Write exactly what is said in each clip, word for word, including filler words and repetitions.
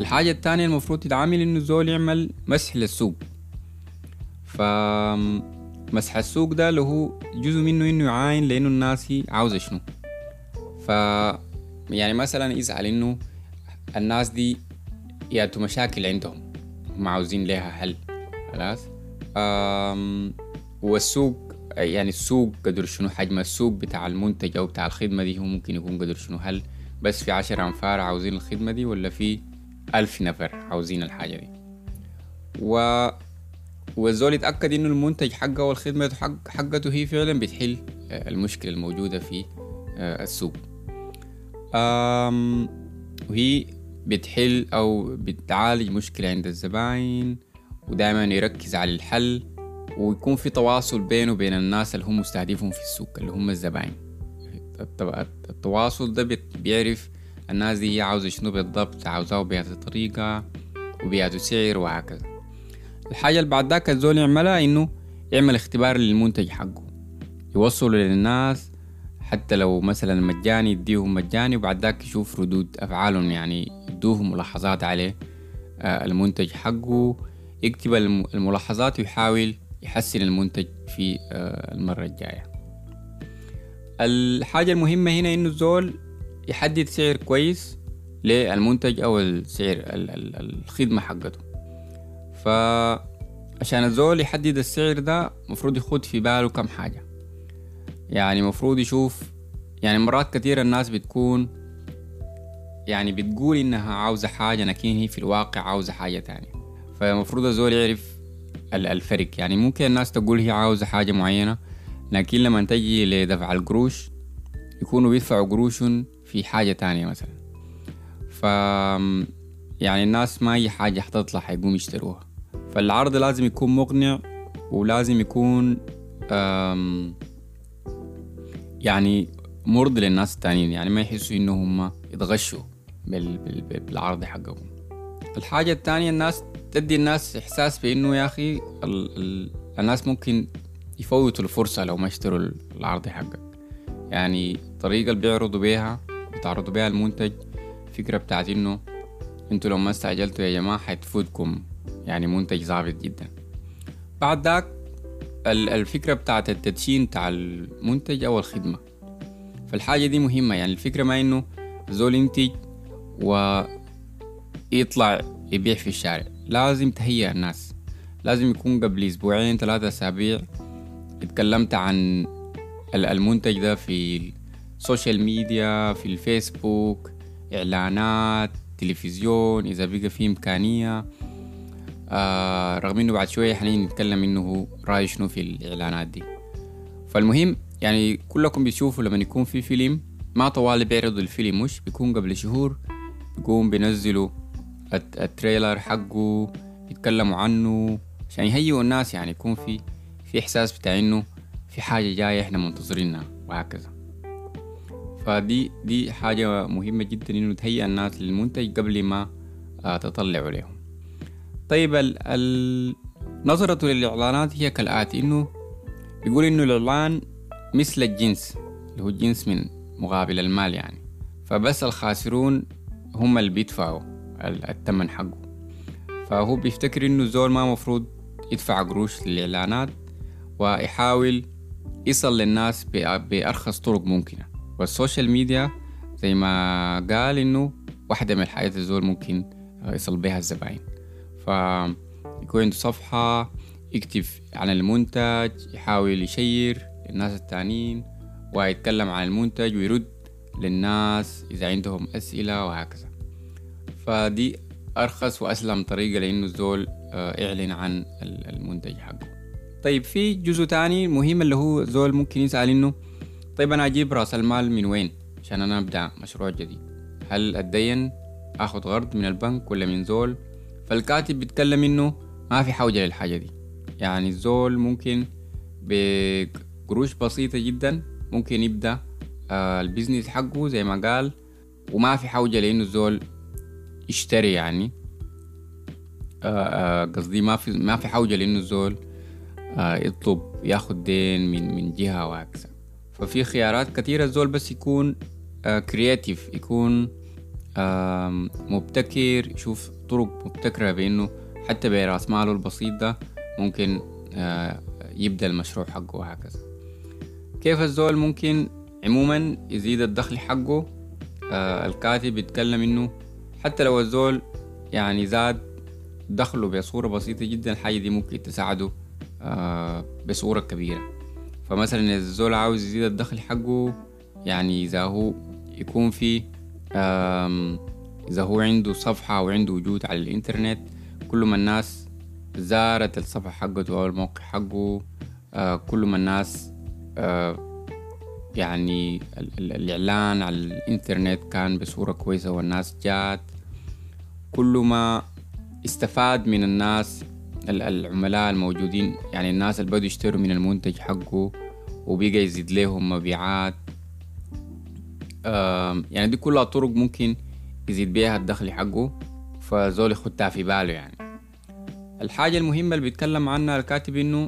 الحاجة التانية المفروض يتعامل إنه الزول يعمل مسح للسوق. فمسح السوق ده اللي هو جزء منه إنه يعاين لأنه الناس هي عاوزة شنو. ف يعني مثلا يسأل إنه الناس دي ياتوا مشاكل عندهم هم عاوزين لها حل. خلاص. والسوق يعني السوق قدر شنو حجم السوق بتاع المنتج أو بتاع الخدمة دي، هو ممكن يكون قدر شنو، هل بس في عشر أنفار عاوزين الخدمة دي ولا في ألف نفر عاوزين الحاجة دي. و والزول يتأكد إنه المنتج حقه والخدمة حق حقته هي فعلا بتحل المشكلة الموجودة في السوق، وهي بتحل أو بتعالج مشكلة عند الزبائن، ودائما يركز على الحل، ويكون في تواصل بينه وبين الناس اللي هم مستهدفهم في السوق اللي هم الزبائن. التواصل ده بيعرف الناس دي عاوزة شنو بالضبط، عاوزاه بهذه الطريقة وبهذا سعر وهكذا. الحاجة اللي بعد ذاك الزول يعملها إنه يعمل اختبار للمنتج حقه، يوصله للناس حتى لو مثلا مجاني يديهم مجاني، وبعد ذاك يشوف ردود أفعالهم، يعني يدوهم ملاحظات عليه المنتج حقه، يكتب الملاحظات ويحاول يحسن المنتج في المرة الجاية. الحاجة المهمة هنا إنه الزول يحدد سعر كويس للمنتج أو السعر الخدمة حقته. فعشان الزول يحدد السعر ده مفروض يخد في باله كم حاجة. يعني مفروض يشوف، يعني مرات كتير الناس بتكون يعني بتقول إنها عاوزة حاجة لكن هي في الواقع عاوزة حاجة تانية. فمفروض الزول يعرف الفرق. يعني ممكن الناس تقول هي عاوزة حاجة معينة، لكن لما تجي لدفع القروش يكونوا بيدفعوا قروش في حاجة تانية مثلا. ف يعني الناس ما أي حاجة حتطلع حيقوم يشتروها. فالعرض لازم يكون مقنع، ولازم يكون يعني مرضي للناس التانيين، يعني ما يحسوا إنهم يتغشوا بالعرض حقهم. الحاجة التانية الناس تدي الناس إحساس بإنه يا أخي ال ال الناس ممكن يفوتوا الفرصة لو ما اشتروا العرض حقك. يعني الطريقة اللي بيعرضوا بيها بتعرضوا بيها المنتج، فكرة بتاعت إنه انتوا لو ما استعجلتوا يا جماعة حيتفوتكم يعني منتج ظابط جدا. بعد ذاك الفكرة بتاعت التدشين بتاع المنتج أو الخدمة، فالحاجة دي مهمة. يعني الفكرة ما إنه زول ينتج ويطلع يبيع في الشارع، لازم تهيئ الناس. لازم يكون قبل أسبوعين ثلاثة أسابيع اتكلمت عن المنتج ده في السوشيال ميديا، في الفيسبوك، إعلانات، تلفزيون إذا بقى فيه إمكانية. آه رغم إنه بعد شوية حنين نتكلم إنه هو رأي شنو في الإعلانات دي. فالمهم يعني كلكم بيشوفوا لما يكون في فيلم ما طوال بيعرضوا الفيلم، مش بيكون قبل شهور بيكون بينزلوا التريلر حقه يتكلموا عنه عشان يهيئوا الناس، يعني يكون في في إحساس بتاع إنه في حاجة جاية إحنا منتظرينها وهكذا. فدي دي حاجة مهمة جدا إنه تهيئ الناس للمنتج قبل ما آه تطلعوا عليهم. طيب النظرة للإعلانات هي كالآتي، إنه يقول إنه الإعلان مثل الجنس اللي هو الجنس من مقابل المال، يعني فبس الخاسرون هم اللي بيدفعوا الثمن حقه. فهو بيفتكر إنه الزول ما مفروض يدفع قروش للإعلانات، ويحاول يصل للناس بأرخص طرق ممكنة. والسوشيال ميديا زي ما قال إنه واحدة من الحاجات الزول ممكن يصل بها الزبائن. فيكون عنده صفحة يكتب عن المنتج، يحاول يشير للناس التانيين ويتكلم عن المنتج ويرد للناس إذا عندهم أسئلة وهكذا. فدي أرخص وأسلم طريقة لأنه الزول يعلن عن المنتج حقه. طيب في جزء تاني مهم اللي هو الزول ممكن يسأل إنه طيب أنا أجيب رأس المال من وين عشان أنا أبدأ مشروع جديد؟ هل أتدين أخذ قرض من البنك ولا من زول؟ فالكاتب بيتكلم إنه ما في حوجة للحاجة دي. يعني الزول ممكن بقروش بسيطة جدا ممكن يبدأ آه البيزنس حقه زي ما قال، وما في حوجة لأنه الزول يشتري. يعني قصدي ما في ما في حوجة لأنه الزول آه يطلب ياخد دين من من جهة وهكذا. ففي خيارات كثيرة الزول بس يكون كرياتيف، يكون مبتكر، يشوف طرق مبتكرة بأنه حتى برأس ماله البسيط ده ممكن يبدأ المشروع حقه وهكذا. كيف الزول ممكن عموما يزيد الدخل حقه؟ الكاتب يتكلم انه حتى لو الزول يعني زاد دخله بصورة بسيطة جدا، الحاجة دي ممكن تساعده بصورة كبيرة. فمثلا إذا الزول عاوز يزيد الدخل حقه، يعني إذا هو يكون في إذا هو عنده صفحة أو عنده وجود على الإنترنت، كل ما الناس زارت الصفحة حقته أو الموقع حقه، كل ما الناس يعني الإعلان على الإنترنت كان بصورة كويسة والناس جات، كل ما استفاد من الناس العملاء الموجودين، يعني الناس اللي بدوا يشتروا من المنتج حقه وبيقى يزيد لهم مبيعات. يعني دي كلها طرق ممكن يزيد بيها الدخل حقه، فزول يخدها في باله. يعني الحاجة المهمة اللي بيتكلم عنها الكاتب إنه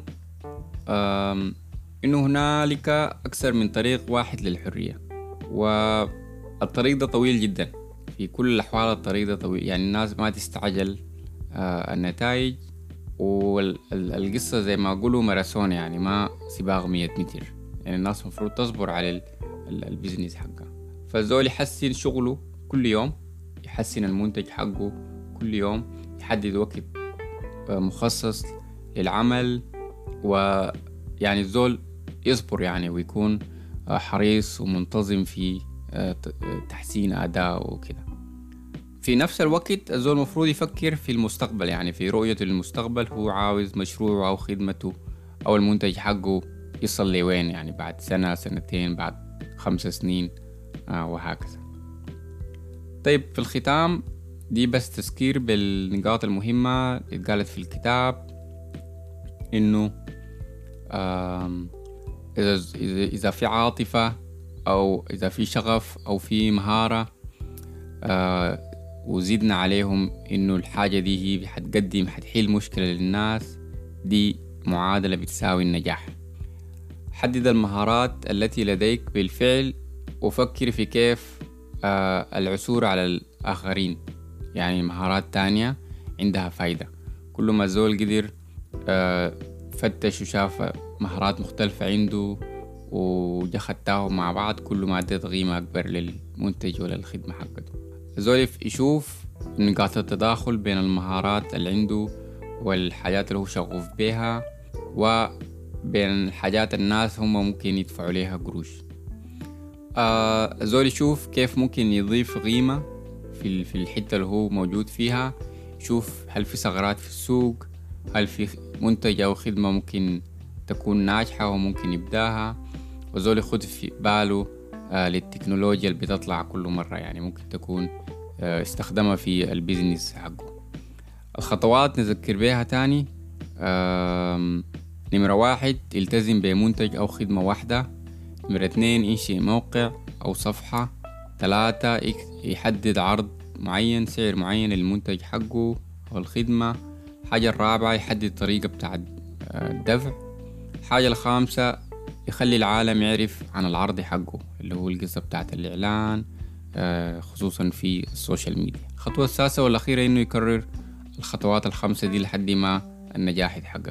إنه هنالك أكثر من طريق واحد للحرية، والطريق ده طويل جدا. في كل الأحوال الطريق ده طويل، يعني الناس ما تستعجل النتائج، والقصة زي ما أقولوا ماراثون، يعني ما سباق مية متر. يعني الناس مفروض تصبر على البيزنس حقها. فالزول يحسن شغله كل يوم، يحسن المنتج حقه كل يوم، يحدد وقت مخصص للعمل، ويعني الزول يصبر يعني ويكون حريص ومنتظم في تحسين أداء وكده. في نفس الوقت الزول مفروض يفكر في المستقبل، يعني في رؤية المستقبل، هو عاوز مشروعه أو خدمته أو المنتج حقه يصل لوين، يعني بعد سنة سنتين بعد خمس سنين وهكذا. طيب في الختام دي بس تذكير بالنقاط المهمة اللي قالت في الكتاب، إنه إذا إذا في عاطفة أو إذا في شغف أو في مهارة وزيدنا عليهم إنه الحاجة دي هي حتقدم حتحل مشكلة للناس، دي معادلة بتساوي النجاح. حدد المهارات التي لديك بالفعل، وفكر في كيف العثور على الآخرين، يعني مهارات تانية عندها فايدة. كل ما الزول قدر فتش وشاف مهارات مختلفة عنده وجختاهم مع بعض، كل ما ادت قيمة أكبر للمنتج ولا الخدمة حقته. الزول يشوف نقاط التداخل بين المهارات اللي عنده والحاجات اللي هو شغوف بيها، وبين حاجات الناس هم ممكن يدفعوا ليها قروش. آه الزول يشوف كيف ممكن يضيف قيمة في في الحتة اللي هو موجود فيها، يشوف هل في ثغرات في السوق، هل في منتج أو خدمة ممكن تكون ناجحة وممكن يبداها. وزول يخد في باله آه للتكنولوجيا اللي بتطلع كل مرة، يعني ممكن تكون آه استخدمها في البيزنس حقه. الخطوات نذكر بيها تاني. آه نمرة واحد، التزم بمنتج أو خدمة واحدة. نمرة اتنين، انشئ موقع أو صفحة. ثلاثة، يحدد عرض معين، سعر معين للمنتج حقه أو الخدمة. حاجة الرابعة، يحدد طريقة بتاع الدفع. حاجة الخامسة، يخلي العالم يعرف عن العرض حقه اللي هو القصة بتاعت الإعلان، خصوصا في السوشيال ميديا. الخطوة السادسة والأخيرة إنه يكرر الخطوات الخمسة دي لحد ما النجاح يتحقق.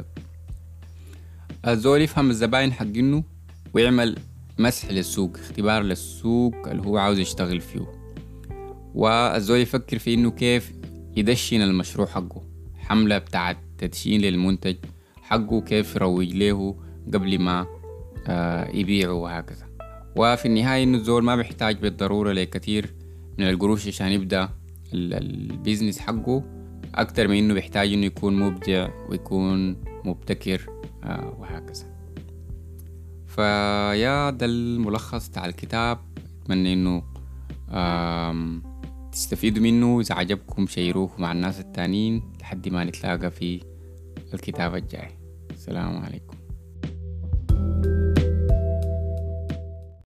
الزول يفهم الزباين حقينه ويعمل مسح للسوق، اختبار للسوق اللي هو عاوز يشتغل فيه. والزول يفكر في إنه كيف يدشن المشروع حقه، حملة بتاعت تدشين للمنتج حقه، كيف يروج له قبل ما آه يبيعه وهكذا. وفي النهاية إنه الزول ما بيحتاج بالضرورة لكثير من القروش عشان يبدأ البيزنس حقه، أكتر من إنه بيحتاج إنه يكون مبدع ويكون مبتكر آه وهكذا. فيا ده الملخص بتاع الكتاب. أتمنى إنه تستفيدوا منه. إذا عجبكم شيروه مع الناس التانيين لحد ما نتلاقى في الكتاب الجاي. السلام عليكم.